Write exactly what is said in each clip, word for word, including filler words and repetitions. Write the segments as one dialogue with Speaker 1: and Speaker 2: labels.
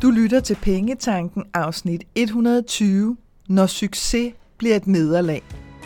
Speaker 1: Du lytter til Pengetanken afsnit et hundrede og tyve, når succes bliver et nederlag.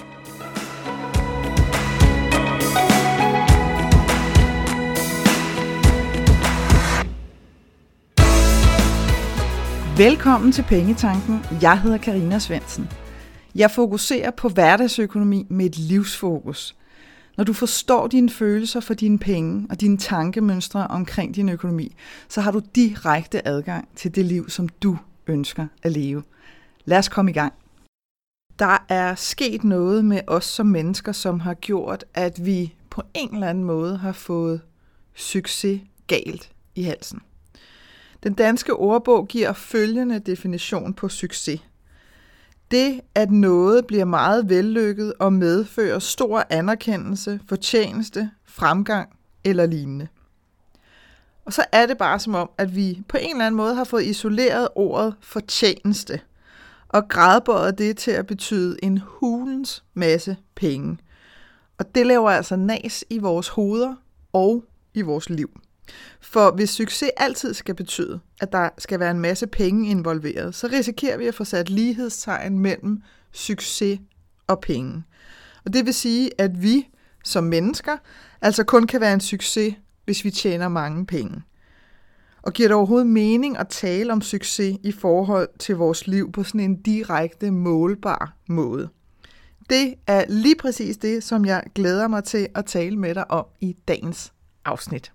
Speaker 1: Velkommen til Pengetanken. Jeg hedder Karina Svendsen. Jeg fokuserer på hverdagsøkonomi med et livsfokus. Når du forstår dine følelser for dine penge og dine tankemønstre omkring din økonomi, så har du direkte adgang til det liv, som du ønsker at leve. Lad os komme i gang. Der er sket noget med os som mennesker, som har gjort, at vi på en eller anden måde har fået succes galt i halsen. Den danske ordbog giver følgende definition på succes. Det, at noget bliver meget vellykket og medfører stor anerkendelse, fortjeneste, fremgang eller lignende. Og så er det bare som om, at vi på en eller anden måde har fået isoleret ordet fortjeneste og gradbøjet det til at betyde en hulens masse penge. Og det laver altså nas i vores hoveder og i vores liv. For hvis succes altid skal betyde, at der skal være en masse penge involveret, så risikerer vi at få sat lighedstegn mellem succes og penge. Og det vil sige, at vi som mennesker altså kun kan være en succes, hvis vi tjener mange penge. Og giver det overhovedet mening at tale om succes i forhold til vores liv på sådan en direkte målbar måde? Det er lige præcis det, som jeg glæder mig til at tale med dig om i dagens afsnit.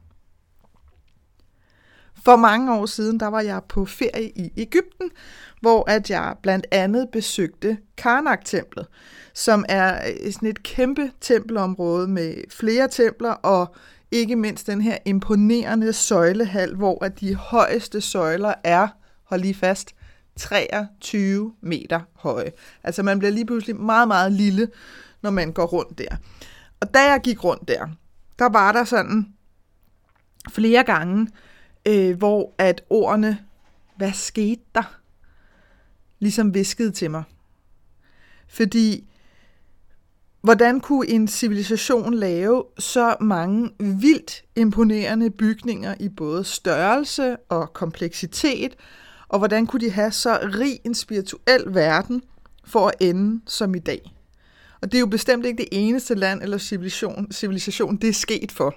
Speaker 1: For mange år siden, der var jeg på ferie i Egypten, hvor at jeg blandt andet besøgte Karnak-templet, som er sådan et kæmpe tempelområde med flere templer og ikke mindst den her imponerende søjlehal, hvor at de højeste søjler er, hold lige fast, treogtyve meter høje. Altså man bliver lige pludselig meget, meget lille, når man går rundt der. Og da jeg gik rundt der, der var der sådan flere gange, Øh, hvor at ordene, hvad skete der, ligesom viskede til mig. Fordi, hvordan kunne en civilisation lave så mange vildt imponerende bygninger i både størrelse og kompleksitet, og hvordan kunne de have så rig en spirituel verden for at ende som i dag? Og det er jo bestemt ikke det eneste land eller civilisation, civilisation det er sket for.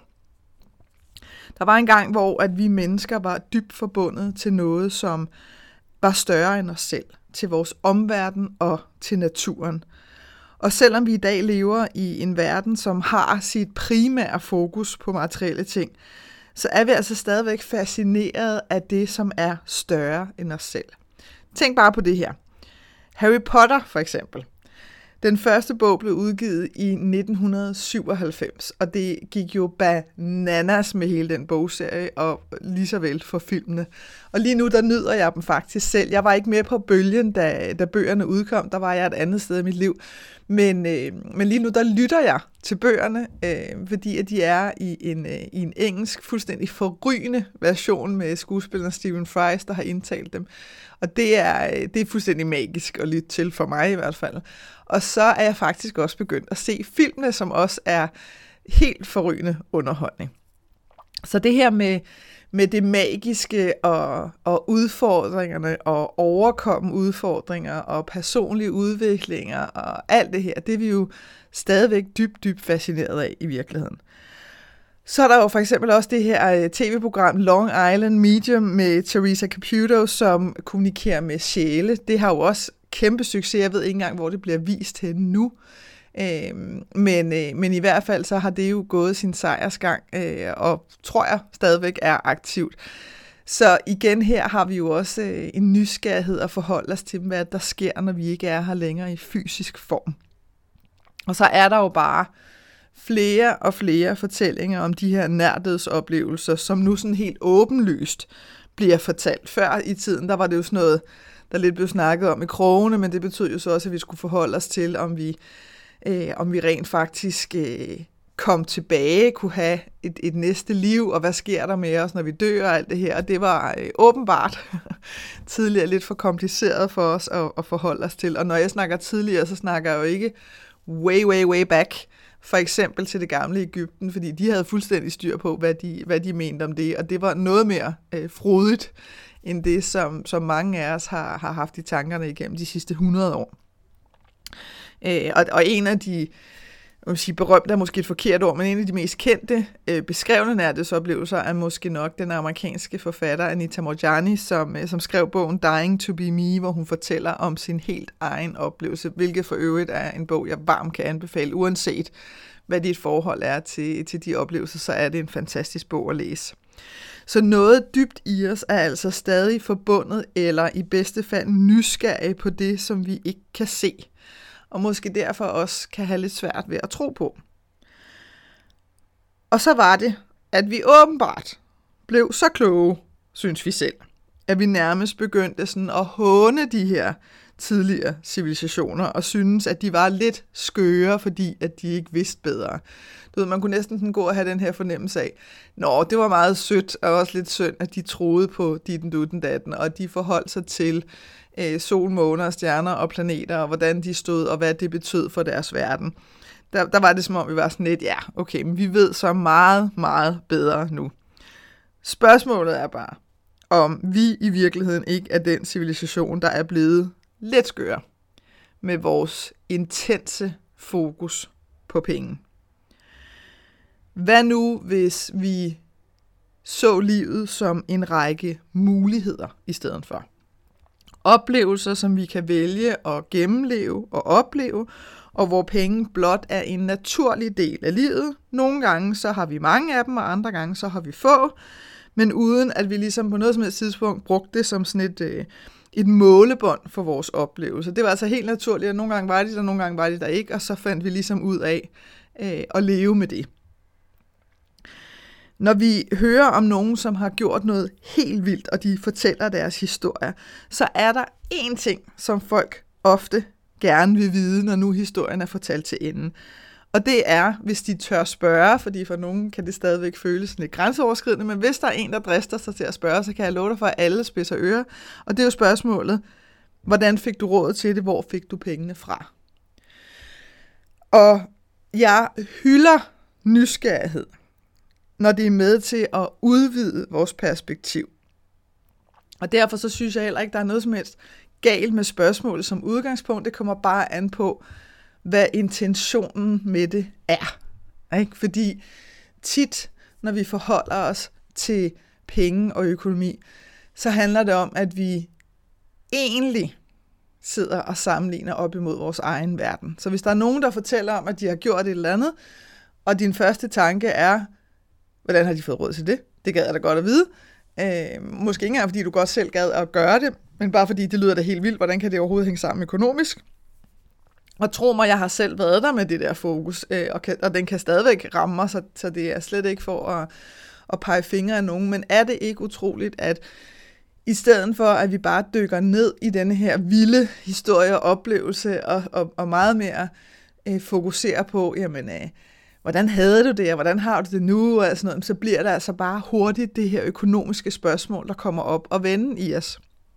Speaker 1: Der var en gang, hvor at vi mennesker var dybt forbundet til noget, som var større end os selv, til vores omverden og til naturen. Og selvom vi i dag lever i en verden, som har sit primære fokus på materielle ting, så er vi altså stadigvæk fascineret af det, som er større end os selv. Tænk bare på det her. Harry Potter for eksempel. Den første bog blev udgivet i nitten syvoghalvfems, og det gik jo bananas med hele den bogserie, og lige så vel for filmene. Og lige nu, der nyder jeg dem faktisk selv. Jeg var ikke med på bølgen, da, da bøgerne udkom. Der var jeg et andet sted i mit liv. Men, øh, men lige nu, der lytter jeg til bøgerne, øh, fordi at de er i en, øh, i en engelsk, fuldstændig forrygende version med skuespilleren Stephen Fry, der har indtalt dem. Og det er, det er fuldstændig magisk at lytte til, for mig i hvert fald. Og så er jeg faktisk også begyndt at se filmene, som også er helt forrygende underholdning. Så det her med, med det magiske og, og udfordringerne og overkomme udfordringer og personlige udviklinger og alt det her, det er vi jo stadigvæk dybt, dybt fascineret af i virkeligheden. Så er der jo for eksempel også det her tv-program Long Island Medium med Teresa Caputo, som kommunikerer med sjæle. Det har jo også kæmpe succes. Jeg ved ikke engang, hvor det bliver vist til nu. Øh, men, øh, men i hvert fald så har det jo gået sin sejrsgang, øh, og tror jeg stadigvæk er aktivt. Så igen her har vi jo også øh, en nysgerrighed at forholde os til, hvad der sker, når vi ikke er her længere i fysisk form. Og så er der jo bare flere og flere fortællinger om de her nærdødsoplevelser, som nu sådan helt åbenlyst bliver fortalt. Før i tiden, der var det jo sådan noget, der lidt blev snakket om i krogene, men det betød jo så også, at vi skulle forholde os til, om vi, øh, om vi rent faktisk øh, kom tilbage, kunne have et, et næste liv, og hvad sker der med os, når vi dør og alt det her. Og det var øh, åbenbart tidligere lidt for kompliceret for os at, at forholde os til. Og når jeg snakker tidligere, så snakker jeg jo ikke way, way, way back for eksempel til det gamle Egypten, fordi de havde fuldstændig styr på, hvad de, hvad de mente om det, og det var noget mere øh, frodigt, end det, som, som mange af os har, har haft i tankerne igennem de sidste hundrede år. Øh, og, og en af de jeg sige, berømte er måske et forkert ord, men en af de mest kendte øh, beskrevne nærhedsoplevelser er måske nok den amerikanske forfatter Anita Moorjani, som, øh, som skrev bogen Dying to be Me, hvor hun fortæller om sin helt egen oplevelse, hvilket for øvrigt er en bog, jeg varmt kan anbefale, uanset hvad dit forhold er til, til de oplevelser, så er det en fantastisk bog at læse. Så noget dybt i os er altså stadig forbundet, eller i bedste fald nysgerrig på det, som vi ikke kan se, og måske derfor også kan have lidt svært ved at tro på. Og så var det, at vi åbenbart blev så kloge, synes vi selv, at vi nærmest begyndte sådan at håne de her tidligere civilisationer, og synes, at de var lidt skøre, fordi at de ikke vidste bedre. Du ved, man kunne næsten sådan gå og have den her fornemmelse af, nå, det var meget sødt, og også lidt synd, at de troede på ditten dutten datten, og de forholdt sig til øh, sol, måner, stjerner og planeter, og hvordan de stod, og hvad det betød for deres verden. Der, der var det som om, vi var sådan lidt, ja, okay, men vi ved så meget, meget bedre nu. Spørgsmålet er bare, om vi i virkeligheden ikke er den civilisation, der er blevet lidt skøre med vores intense fokus på penge. Hvad nu, hvis vi så livet som en række muligheder i stedet for? Oplevelser, som vi kan vælge at gennemleve og opleve, og hvor penge blot er en naturlig del af livet. Nogle gange så har vi mange af dem, og andre gange så har vi få, men uden at vi ligesom på noget som helst tidspunkt brugte det som sådan et, øh, et målebånd for vores oplevelse. Det var altså helt naturligt, at nogle gange var de der, nogle gange var de der ikke, og så fandt vi ligesom ud af øh, at leve med det. Når vi hører om nogen, som har gjort noget helt vildt, og de fortæller deres historie, så er der én ting, som folk ofte gerne vil vide, når nu historien er fortalt til enden. Og det er, hvis de tør spørge, fordi for nogen kan det stadigvæk føles lidt grænseoverskridende, men hvis der er en, der drister sig til at spørge, så kan jeg love dig for, at alle spidser ører. Og det er jo spørgsmålet, hvordan fik du råd til det, hvor fik du pengene fra? Og jeg hylder nysgerrighed, når det er med til at udvide vores perspektiv. Og derfor så synes jeg heller ikke, der er noget som helst galt med spørgsmålet som udgangspunkt. Det kommer bare an på, hvad intentionen med det er. Ikke? Fordi tit, når vi forholder os til penge og økonomi, så handler det om, at vi egentlig sidder og sammenligner op imod vores egen verden. Så hvis der er nogen, der fortæller om, at de har gjort et eller andet, og din første tanke er, hvordan har de fået råd til det? Det gad jeg da godt at vide. Øh, måske ikke engang, fordi du godt selv gad at gøre det, men bare fordi det lyder da helt vildt. Hvordan kan det overhovedet hænge sammen økonomisk? Og tro mig, jeg har selv været der med det der fokus, øh, og, kan, og den kan stadigvæk ramme mig, så, så det er slet ikke for at, at pege fingre af nogen. Men er det ikke utroligt, at i stedet for, at vi bare dykker ned i denne her vilde historie og oplevelse, og, og, og meget mere øh, fokuserer på, jamen, øh, hvordan havde du det, og hvordan har du det nu, og sådan noget, så bliver det altså bare hurtigt det her økonomiske spørgsmål, der kommer op og vende i os.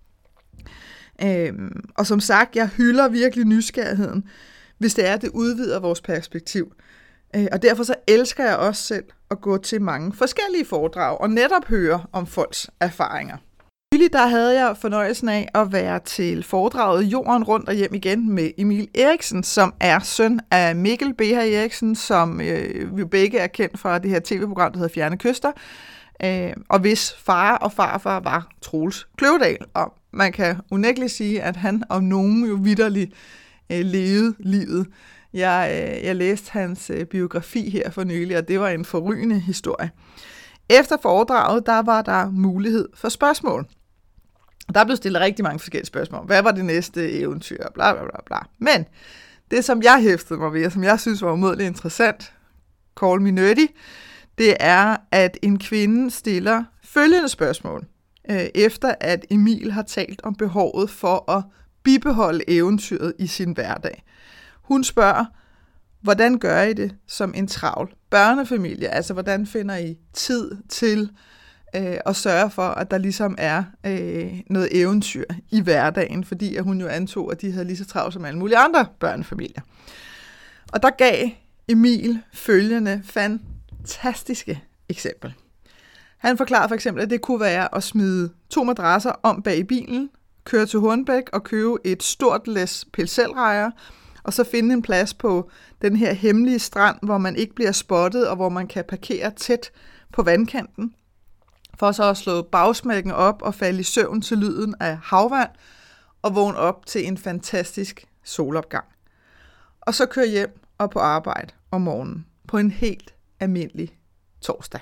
Speaker 1: Øhm, og som sagt, jeg hylder virkelig nysgerrigheden, hvis det er, at det udvider vores perspektiv. Øh, og derfor så elsker jeg også selv at gå til mange forskellige foredrag, og netop høre om folks erfaringer. Nylig der havde jeg fornøjelsen af at være til foredraget Jorden rundt og hjem igen med Emil Eriksen, som er søn af Mikkel B H Eriksen, som øh, vi begge er kendt fra det her tv-program, der hedder Fjerne Kyster, øh, og hvis far og farfar var Troels Kløvedal. Og man kan unægteligt sige, at han og nogen jo vitterligt øh, levede livet. Jeg, øh, jeg læste hans øh, biografi her for nylig, og det var en forrygende historie. Efter foredraget, der var der mulighed for spørgsmål. Der blev stillet rigtig mange forskellige spørgsmål. Hvad var det næste eventyr? Bla, bla, bla, bla. Men det, som jeg hæftede mig ved, og som jeg synes var umådeligt interessant, call me nerdy, det er, at en kvinde stiller følgende spørgsmål, øh, efter at Emil har talt om behovet for at bibeholde eventyret i sin hverdag. Hun spørger, hvordan gør I det som en travl børnefamilie? Altså, hvordan finder I tid til øh, at sørge for, at der ligesom er øh, noget eventyr i hverdagen? Fordi at hun jo antog, at de havde lige så travlt som alle mulige andre børnefamilier. Og der gav Emil følgende fantastiske eksempel. Han forklarede for eksempel, at det kunne være at smide to madrasser om bag i bilen, køre til Hornbæk og købe et stort læs pelselrejer, og så finde en plads på den her hemmelige strand, hvor man ikke bliver spottet, og hvor man kan parkere tæt på vandkanten, for så at slå bagsmækken op og falde i søvn til lyden af havvand, og vågne op til en fantastisk solopgang. Og så køre hjem og på arbejde om morgenen på en helt almindelig torsdag.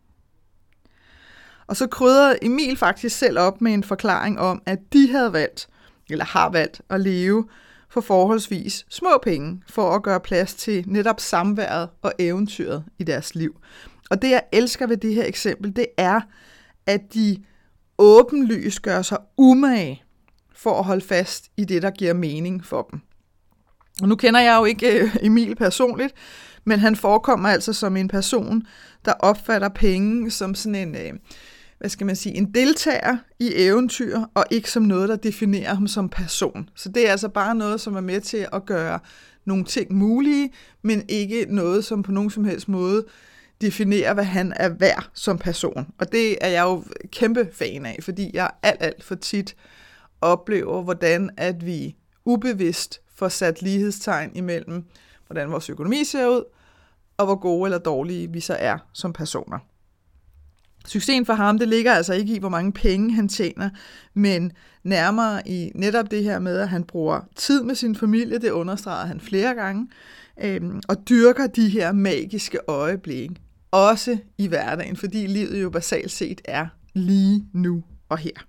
Speaker 1: Og så krydrede Emil faktisk selv op med en forklaring om, at de havde valgt, eller har valgt, at leve for forholdsvis små penge, for at gøre plads til netop samværet og eventyret i deres liv. Og det, jeg elsker ved det her eksempel, det er, at de åbenlyst gør sig umage for at holde fast i det, der giver mening for dem. Og nu kender jeg jo ikke Emil personligt, men han forekommer altså som en person, der opfatter penge som sådan en, hvad skal man sige, en deltager i eventyr, og ikke som noget, der definerer ham som person. Så det er altså bare noget, som er med til at gøre nogle ting mulige, men ikke noget, som på nogen som helst måde definerer, hvad han er værd som person. Og det er jeg jo kæmpe fan af, fordi jeg alt, alt for tit oplever, hvordan at vi ubevidst får sat lighedstegn imellem, hvordan vores økonomi ser ud, og hvor gode eller dårlige vi så er som personer. Succesen for ham, det ligger altså ikke i, hvor mange penge han tjener, men nærmere i netop det her med, at han bruger tid med sin familie, det understreger han flere gange, øhm, og dyrker de her magiske øjeblikke, også i hverdagen, fordi livet jo basalt set er lige nu og her.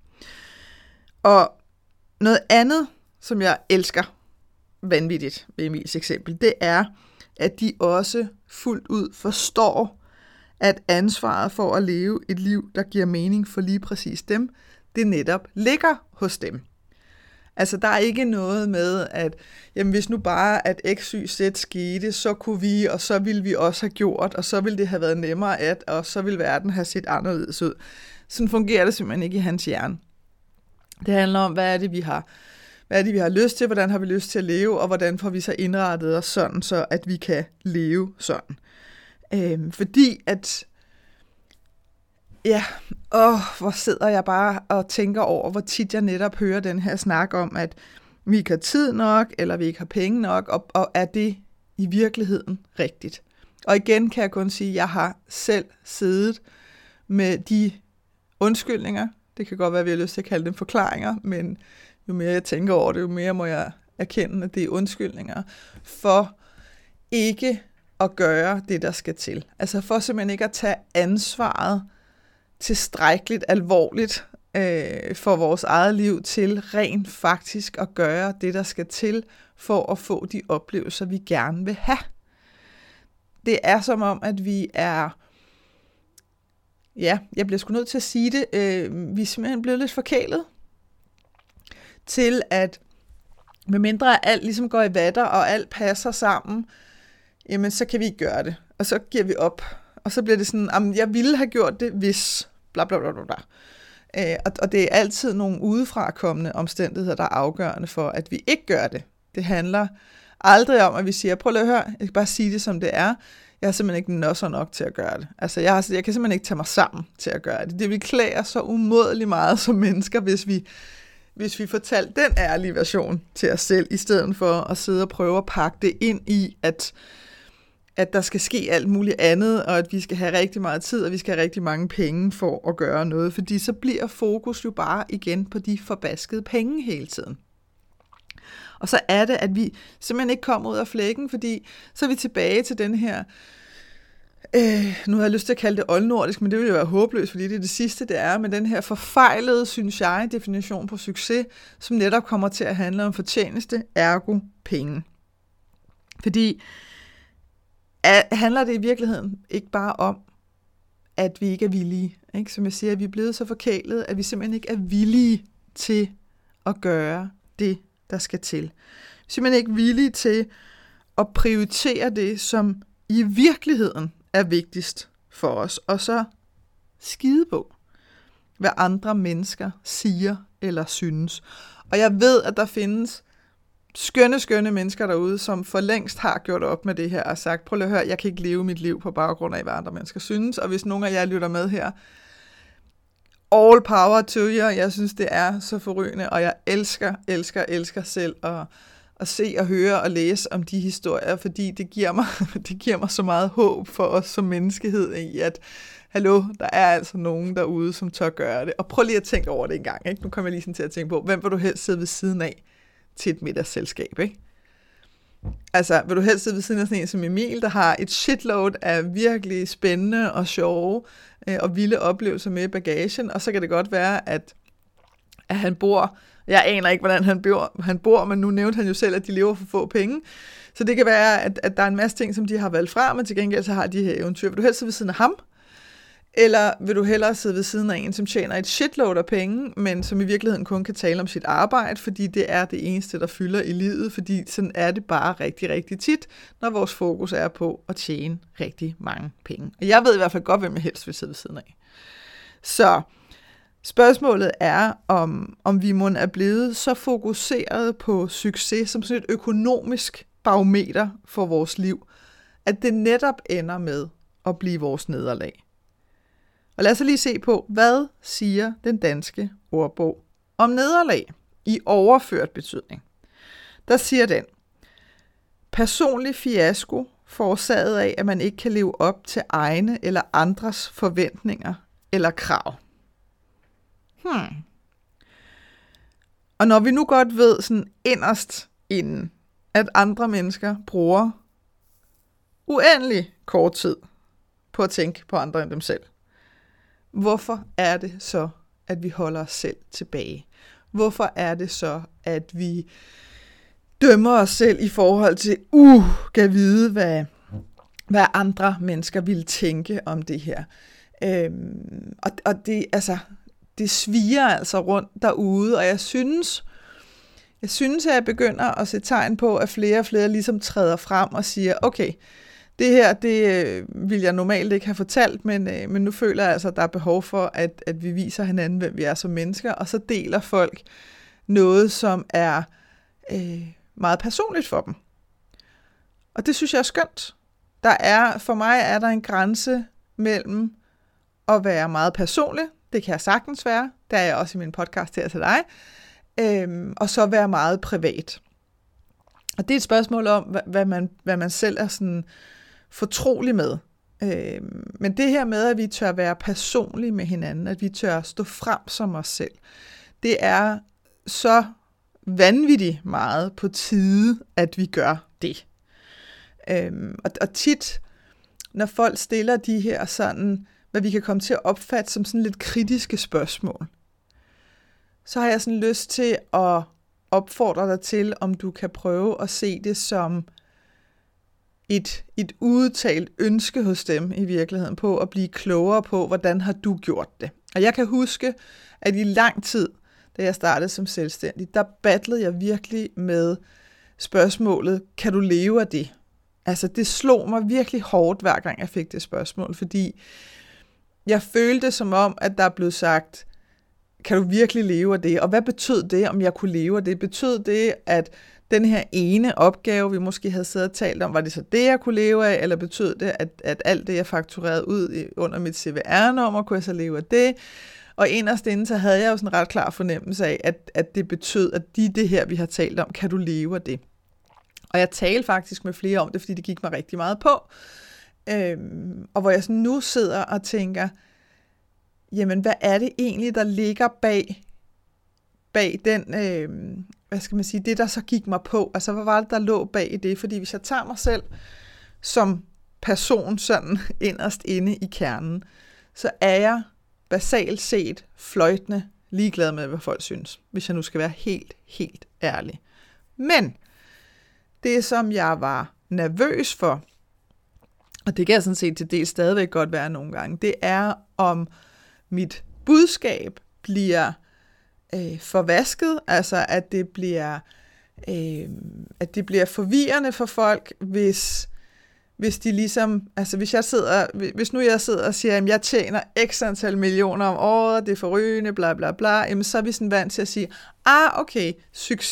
Speaker 1: Og noget andet, som jeg elsker vanvittigt ved Emils eksempel, det er, at de også fuldt ud forstår, at ansvaret for at leve et liv, der giver mening for lige præcis dem, det netop ligger hos dem. Altså, der er ikke noget med, at jamen, hvis nu bare, at X, Y, Z skete, så kunne vi, og så ville vi også have gjort, og så ville det have været nemmere at, og så ville verden have set anderledes ud. Sådan fungerer det simpelthen ikke i hans hjerne. Det handler om, hvad er det, vi har, hvad er det, vi har lyst til, hvordan har vi lyst til at leve, og hvordan får vi så indrettet os sådan, så at vi kan leve sådan. Øhm, fordi at, ja, åh, hvor sidder jeg bare og tænker over, hvor tit jeg netop hører den her snak om, at vi ikke har tid nok, eller vi ikke har penge nok, og, og er det i virkeligheden rigtigt? Og igen kan jeg kun sige, at jeg har selv siddet med de undskyldninger. Det kan godt være, at vi har lyst til at kalde dem forklaringer, men jo mere jeg tænker over det, jo mere må jeg erkende, at det er undskyldninger for ikke at gøre det, der skal til. Altså for simpelthen ikke at tage ansvaret tilstrækkeligt alvorligt øh, for vores eget liv til rent faktisk at gøre det, der skal til for at få de oplevelser, vi gerne vil have. Det er som om, at vi er, ja, jeg bliver sgu nødt til at sige det, øh, vi er simpelthen blevet lidt forkælet til, at medmindre alt ligesom går i vatter, og alt passer sammen, jamen så kan vi ikke gøre det. Og så giver vi op. Og så bliver det sådan, jamen jeg ville have gjort det, hvis bla bla bla bla. Øh, og, og det er altid nogle udefrakommende omstændigheder, der er afgørende for, at vi ikke gør det. Det handler aldrig om, at vi siger, prøv lige at høre, jeg kan bare sige det, som det er. Jeg har simpelthen ikke nosser nok til at gøre det. Altså jeg, har, jeg kan simpelthen ikke tage mig sammen til at gøre det. Det vil klæde så umådeligt meget som mennesker, hvis vi Hvis vi fortalte den ærlige version til os selv, i stedet for at sidde og prøve at pakke det ind i, at, at der skal ske alt muligt andet, og at vi skal have rigtig meget tid, og vi skal have rigtig mange penge for at gøre noget. Fordi så bliver fokus jo bare igen på de forbaskede penge hele tiden. Og så er det, at vi simpelthen ikke kommer ud af flækken, fordi så er vi tilbage til den her, Øh, nu har jeg lyst til at kalde det oldnordisk, men det vil jo være håbløst, fordi det er det sidste, det er, men den her forfejlede, synes jeg, definition på succes, som netop kommer til at handle om fortjeneste, ergo penge. Fordi er, handler det i virkeligheden ikke bare om, at vi ikke er villige, ikke? Som jeg siger, at vi er blevet så forkælet, at vi simpelthen ikke er villige til at gøre det, der skal til. Vi er simpelthen ikke villige til at prioritere det, som i virkeligheden er vigtigst for os, og så skide på, hvad andre mennesker siger eller synes. Og jeg ved, at der findes skønne, skønne mennesker derude, som for længst har gjort op med det her og sagt, prøv lige at høre, jeg kan ikke leve mit liv på baggrund af, hvad andre mennesker synes, og hvis nogen af jer lytter med her, all power to jer, jeg synes, det er så forrygende, og jeg elsker, elsker, elsker selv at, at se og høre og læse om de historier, fordi det giver mig, det giver mig så meget håb for os som menneskehed i, at hallo, der er altså nogen derude, som tør gøre det. Og prøv lige at tænke over det en gang, ikke? Nu kommer jeg lige sådan til at tænke på, hvem vil du helst sidde ved siden af til et middagsselskab, ikke? Altså, vil du helst sidde ved siden af sådan en som Emil, der har et shitload af virkelig spændende og sjove øh, og vilde oplevelser med i bagagen, og så kan det godt være, at, at han bor, jeg aner ikke, hvordan han bor, han bor, men nu nævnte han jo selv, at de lever for få penge, så det kan være, at, at der er en masse ting, som de har valgt fra, men til gengæld så har de her eventyr. Vil du helst sidde ved siden af ham? Eller vil du hellere sidde ved siden af en, som tjener et shitload af penge, men som i virkeligheden kun kan tale om sit arbejde, fordi det er det eneste, der fylder i livet, fordi sådan er det bare rigtig, rigtig tit, når vores fokus er på at tjene rigtig mange penge. Og jeg ved i hvert fald godt, hvem jeg helst vil sidde ved siden af. Så spørgsmålet er, om, om vi må er blevet så fokuseret på succes som sådan et økonomisk barometer for vores liv, at det netop ender med at blive vores nederlag. Og lad os lige se på, hvad siger den danske ordbog om nederlag i overført betydning. Der siger den, personlig fiasko forårsaget af, at man ikke kan leve op til egne eller andres forventninger eller krav. Hmm. Og når vi nu godt ved sådan inderst inden, at andre mennesker bruger uendelig kort tid på at tænke på andre end dem selv, hvorfor er det så, at vi holder os selv tilbage? Hvorfor er det så, at vi dømmer os selv i forhold til, uh, kan vide, hvad, hvad andre mennesker ville tænke om det her? Øhm, og, og det, altså, det sviger altså rundt derude, og jeg synes, jeg synes, at jeg begynder at se tegn på, at flere og flere ligesom træder frem og siger, okay, det her, det øh, vil jeg normalt ikke have fortalt, men, øh, men nu føler jeg altså, at der er behov for, at, at vi viser hinanden, hvem vi er som mennesker, og så deler folk noget, som er øh, meget personligt for dem. Og det synes jeg er skønt. Der er, for mig er der en grænse mellem at være meget personlig, det kan jeg sagtens være, der er jeg også i min podcast her til dig, øh, og så være meget privat. Og det er et spørgsmål om, hvad, hvad, man, hvad man selv er sådan fortrolig med. Øh, men det her med, at vi tør være personlige med hinanden, at vi tør stå frem som os selv, det er så vanvittigt meget på tide, at vi gør det. Øh, og, og tit, når folk stiller de her sådan, hvad vi kan komme til at opfatte som sådan lidt kritiske spørgsmål, så har jeg sådan lyst til at opfordre dig til, om du kan prøve at se det som et, et udtalt ønske hos dem i virkeligheden på at blive klogere på, hvordan har du gjort det. Og jeg kan huske, at i lang tid, da jeg startede som selvstændig, der battlede jeg virkelig med spørgsmålet, kan du leve af det? Altså det slog mig virkelig hårdt, hver gang jeg fik det spørgsmål, fordi jeg følte som om, at der er blevet sagt, kan du virkelig leve af det? Og hvad betød det, om jeg kunne leve af det? Betød det, at den her ene opgave, vi måske havde siddet og talt om, var det så det, jeg kunne leve af? Eller betød det, at, at alt det, jeg fakturerede ud under mit C V R-nummer, kunne jeg så leve af det? Og inderst inde, så havde jeg jo sådan en ret klar fornemmelse af, at, at det betød, at de det her, vi har talt om, kan du leve af det? Og jeg talte faktisk med flere om det, fordi det gik mig rigtig meget på. Øhm, og hvor jeg sådan nu sidder og tænker, jamen, hvad er det egentlig, der ligger bag, bag den, øh, hvad skal man sige, det der så gik mig på? Altså, hvad var det, der lå bag det? Fordi hvis jeg tager mig selv som person sådan inderst inde i kernen, så er jeg basalt set fløjtende ligeglad med, hvad folk synes, hvis jeg nu skal være helt, helt ærlig. Men det, som jeg var nervøs for, og det kan jeg sådan set til dels stadigvæk godt være nogle gange, det er om mit budskab bliver øh, forvasket, altså at det bliver øh, at det bliver forvirrende for folk, hvis hvis de ligesom, altså hvis jeg sidder, hvis nu jeg sidder og siger, at jeg tjener x antal millioner om året, det er forrygende, bla bla bla, jamen så er vi sådan vant til at sige, ah okay, succes,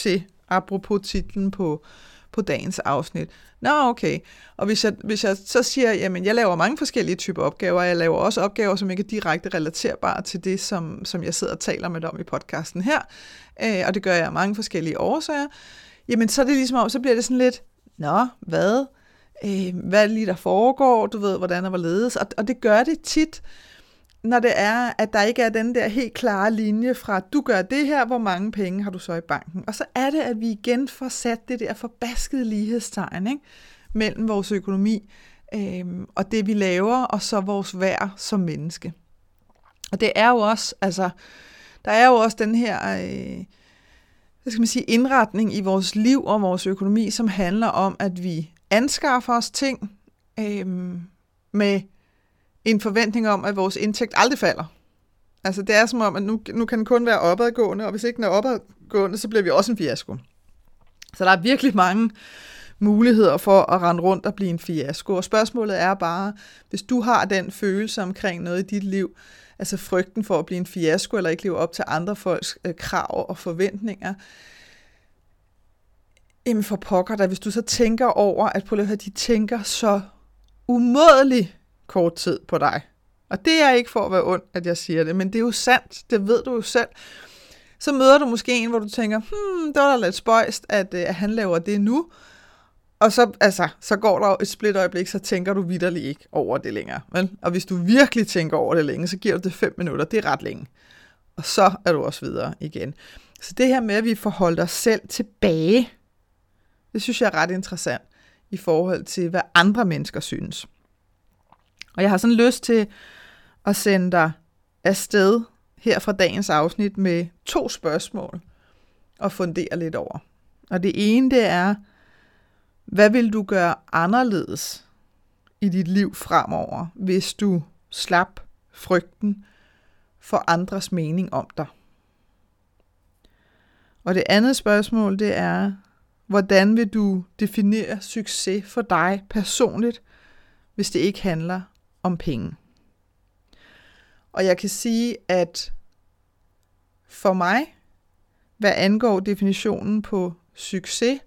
Speaker 1: apropos titlen på, på dagens afsnit. Nå, okay. Og hvis jeg, hvis jeg så siger, jamen jeg laver mange forskellige typer opgaver, og jeg laver også opgaver, som ikke er direkte relaterbare til det, som, som jeg sidder og taler med dig om i podcasten her, øh, og det gør jeg af mange forskellige årsager, jamen så er det ligesom om, så bliver det sådan lidt, nå, hvad? Øh, hvad er det lige, der foregår? Du ved, hvordan der var ledes. Og, og det gør det tit, når det er, at der ikke er den der helt klare linje fra, du gør det her, hvor mange penge har du så i banken? Og så er det, at vi igen får sat det der forbaskede lighedstegn, ikke? Mellem vores økonomi øh, og det, vi laver, og så vores værd som menneske. Og det er jo også, altså, der er jo også den her, øh, hvad skal man sige, indretning i vores liv og vores økonomi, som handler om, at vi anskaffer os ting øh, med en forventning om, at vores indtægt aldrig falder. Altså det er som om, at nu, nu kan den kun være opadgående, og hvis ikke den er opadgående, så bliver vi også en fiasko. Så der er virkelig mange muligheder for at rende rundt og blive en fiasko. Og spørgsmålet er bare, hvis du har den følelse omkring noget i dit liv, altså frygten for at blive en fiasko, eller ikke leve op til andre folks øh, krav og forventninger, jamen for pokker dig, hvis du så tænker over, at prøv at høre, de tænker så umådelig kort tid på dig. Og det er ikke for at være ond, at jeg siger det, men det er jo sandt, det ved du jo selv. Så møder du måske en, hvor du tænker, hmm, det var da lidt spøjst, at, at han laver det nu. Og så, altså, så går der et splitøjeblik, så tænker du vitterligt ikke over det længere. Vel? Og hvis du virkelig tænker over det længe, så giver du det fem minutter, det er ret længe. Og så er du også videre igen. Så det her med, at vi får holdt os selv tilbage, det synes jeg er ret interessant i forhold til, hvad andre mennesker synes. Og jeg har sådan lyst til at sende dig afsted her fra dagens afsnit med to spørgsmål og fundere lidt over. Og det ene, det er, hvad vil du gøre anderledes i dit liv fremover, hvis du slap frygten for andres mening om dig? Og det andet spørgsmål, det er, hvordan vil du definere succes for dig personligt, hvis det ikke handler om penge? Og jeg kan sige, at for mig, hvad angår definitionen på succes,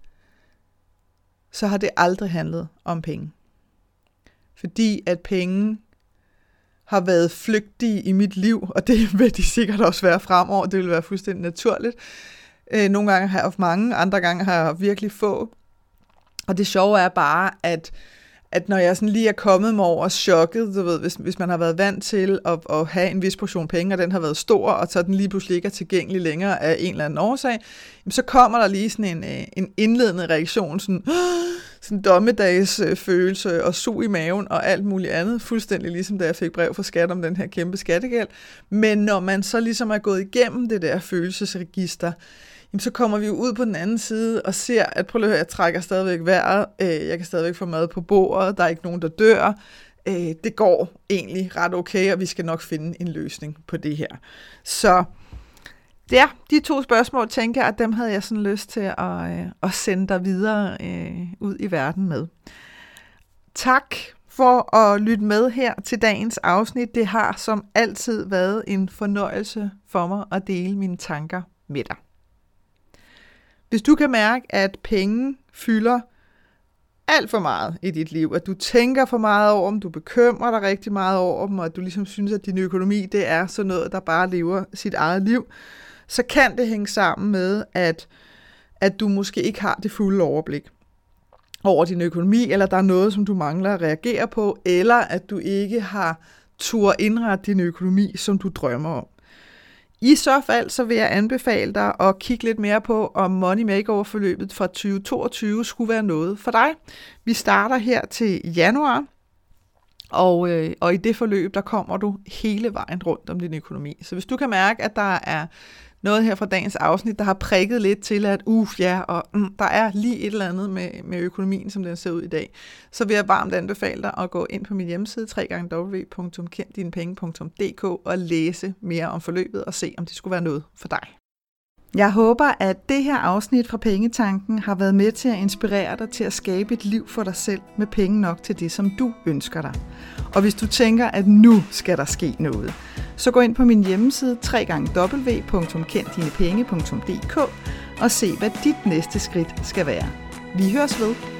Speaker 1: så har det aldrig handlet om penge. Fordi at penge har været flygtige i mit liv, og det vil de sikkert også være fremover, det vil være fuldstændig naturligt. Nogle gange har jeg haft mange, andre gange har jeg haft virkelig få. Og det sjove er bare, at at når jeg sådan lige er kommet mig over chokket, du ved, hvis, hvis man har været vant til at, at have en vis portion penge, og den har været stor, og så den lige pludselig ikke er tilgængelig længere af en eller anden årsag, så kommer der lige sådan en, en indledende reaktion, sådan, sådan en dommedagsfølelse og sug i maven og alt muligt andet, fuldstændig ligesom da jeg fik brev fra skat om den her kæmpe skattegæld. Men når man så ligesom er gået igennem det der følelsesregister, jamen, så kommer vi jo ud på den anden side og ser, at prøv at høre, jeg trækker stadigvæk vejret, jeg kan stadigvæk få mad på bordet, der er ikke nogen, der dør, det går egentlig ret okay, og vi skal nok finde en løsning på det her. Så ja, de to spørgsmål, tænker jeg, at dem havde jeg sådan lyst til at, at sende dig videre ud i verden med. Tak for at lytte med her til dagens afsnit. Det har som altid været en fornøjelse for mig at dele mine tanker med dig. Hvis du kan mærke, at penge fylder alt for meget i dit liv, at du tænker for meget over dem, du bekymrer dig rigtig meget over dem, og at du ligesom synes, at din økonomi, det er sådan noget, der bare lever sit eget liv, så kan det hænge sammen med, at, at du måske ikke har det fulde overblik over din økonomi, eller der er noget, som du mangler at reagere på, eller at du ikke har tur indrette din økonomi, som du drømmer om. I så fald, så vil jeg anbefale dig at kigge lidt mere på, om Money Makeover-forløbet fra tyve toogtyve skulle være noget for dig. Vi starter her til januar, og, øh, og i det forløb, der kommer du hele vejen rundt om din økonomi. Så hvis du kan mærke, at der er noget her fra dagens afsnit, der har prikket lidt til, at uh, ja, og mm, der er lige et eller andet med, med økonomien, som den ser ud i dag, så vil jeg varmt anbefale dig at gå ind på min hjemmeside, w w w punktum kend dine penge punktum d k, og læse mere om forløbet og se, om det skulle være noget for dig. Jeg håber, at det her afsnit fra Pengetanken har været med til at inspirere dig til at skabe et liv for dig selv med penge nok til det, som du ønsker dig. Og hvis du tænker, at nu skal der ske noget, så gå ind på min hjemmeside, w w w punktum kend dine penge punktum d k, og se, hvad dit næste skridt skal være. Vi høres ved.